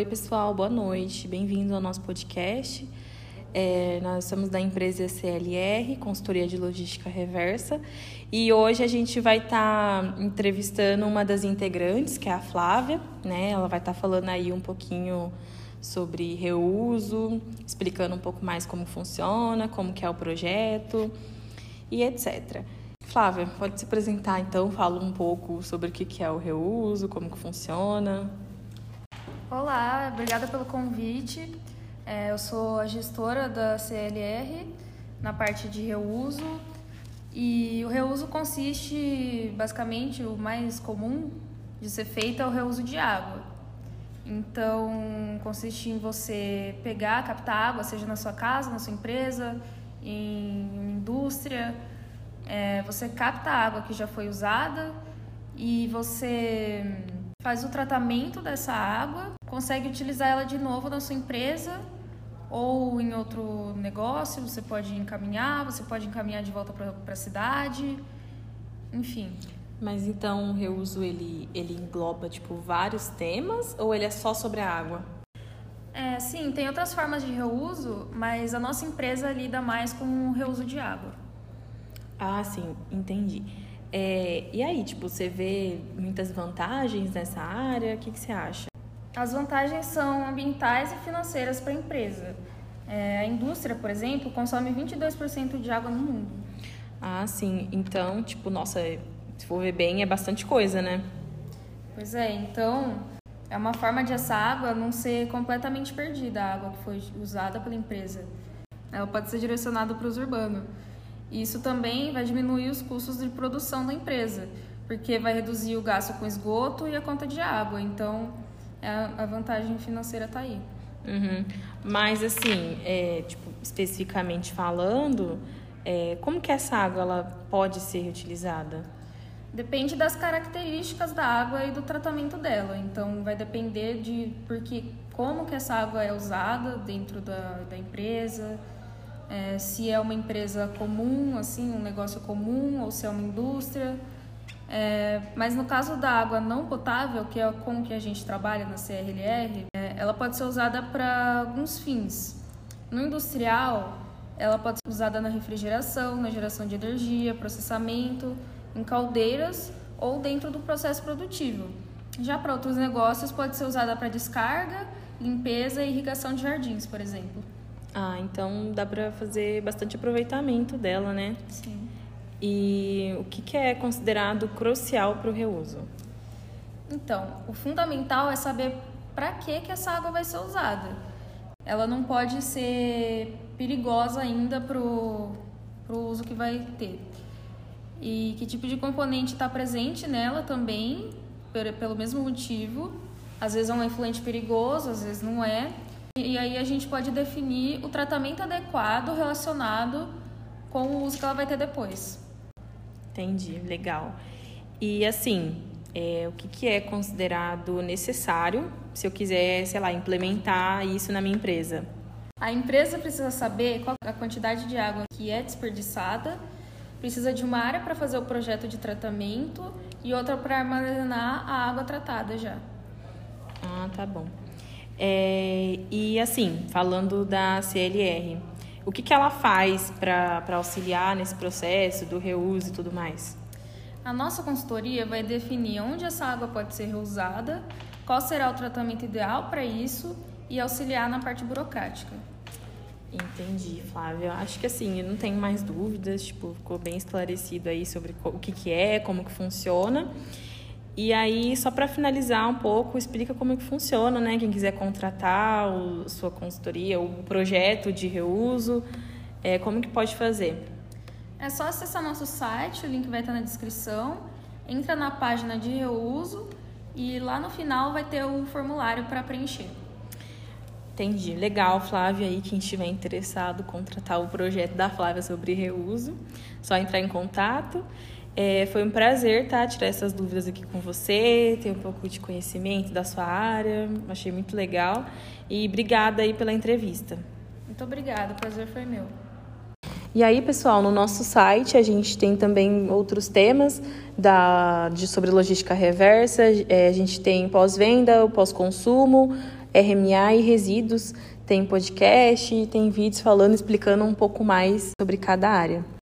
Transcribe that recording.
Oi, pessoal, boa noite. Bem-vindos ao nosso podcast. Nós somos da empresa CLR, Consultoria de Logística Reversa, e hoje a gente vai estar entrevistando uma das integrantes, que é a Flávia, né? Ela vai estar falando aí um pouquinho sobre reuso, explicando um pouco mais como funciona, como que é o projeto e etc. Flávia, pode se apresentar então, fala um pouco sobre o que é o reuso, como que funciona. Olá, obrigada pelo convite. Eu sou a gestora da CLR na parte de reuso, e o reuso consiste, basicamente, o mais comum de ser feito é o reuso de água. Então, consiste em você pegar, captar água, seja na sua casa, na sua empresa, em uma indústria. Você capta a água que já foi usada e você faz o tratamento dessa água, consegue utilizar ela de novo na sua empresa ou em outro negócio. Você pode encaminhar de volta para a cidade, enfim. Mas então o reuso ele engloba vários temas ou ele é só sobre a água? Sim, tem outras formas de reuso, mas a nossa empresa lida mais com o reuso de água. Ah, sim, entendi. E aí, você vê muitas vantagens nessa área? O que você acha? As vantagens são ambientais e financeiras para a empresa. A indústria, por exemplo, consome 22% de água no mundo. Ah, sim. Então, nossa, se for ver bem, é bastante coisa, né? Pois é, então é uma forma de essa água não ser completamente perdida, a água que foi usada pela empresa. Ela pode ser direcionada para o uso urbano. Isso também vai diminuir os custos de produção da empresa, porque vai reduzir o gasto com esgoto e a conta de água. Então, a vantagem financeira está aí. Uhum. Mas, assim, especificamente falando, como que essa água ela pode ser reutilizada? Depende das características da água e do tratamento dela. Então, vai depender como que essa água é usada dentro da empresa. Se é uma empresa comum, assim, um negócio comum, ou se é uma indústria. Mas no caso da água não potável, que é com que a gente trabalha na CLR, ela pode ser usada para alguns fins. No industrial, ela pode ser usada na refrigeração, na geração de energia, processamento, em caldeiras ou dentro do processo produtivo. Já para outros negócios, pode ser usada para descarga, limpeza e irrigação de jardins, por exemplo. Ah, então dá para fazer bastante aproveitamento dela, né? Sim. E o que é considerado crucial para o reuso? Então, o fundamental é saber para que essa água vai ser usada. Ela não pode ser perigosa ainda para o uso que vai ter. E que tipo de componente está presente nela também, pelo mesmo motivo. Às vezes é um efluente perigoso, às vezes não é. E aí a gente pode definir o tratamento adequado relacionado com o uso que ela vai ter depois. Entendi, legal. E assim, o que é considerado necessário se eu quiser, implementar isso na minha empresa? A empresa precisa saber qual a quantidade de água que é desperdiçada, precisa de uma área para fazer o projeto de tratamento e outra para armazenar a água tratada já. Ah, tá bom. E assim, falando da CLR, o que ela faz para auxiliar nesse processo do reuso e tudo mais? A nossa consultoria vai definir onde essa água pode ser reusada, qual será o tratamento ideal para isso e auxiliar na parte burocrática. Entendi, Flávia. Acho que assim, eu não tenho mais dúvidas, ficou bem esclarecido aí sobre o que é, como que funciona. E aí, só para finalizar um pouco, explica como que funciona, né? Quem quiser contratar sua consultoria, o projeto de reuso, como que pode fazer? É só acessar nosso site, o link vai estar na descrição, entra na página de reuso e lá no final vai ter o formulário para preencher. Entendi. Legal, Flávia, aí quem estiver interessado em contratar o projeto da Flávia sobre reuso, só entrar em contato. Foi um prazer, tirar essas dúvidas aqui com você, ter um pouco de conhecimento da sua área, achei muito legal. E obrigada aí pela entrevista. Muito obrigada, o prazer foi meu. E aí, pessoal, no nosso site a gente tem também outros temas sobre logística reversa. A gente tem pós-venda, o pós-consumo, RMA e resíduos. Tem podcast, tem vídeos falando, explicando um pouco mais sobre cada área.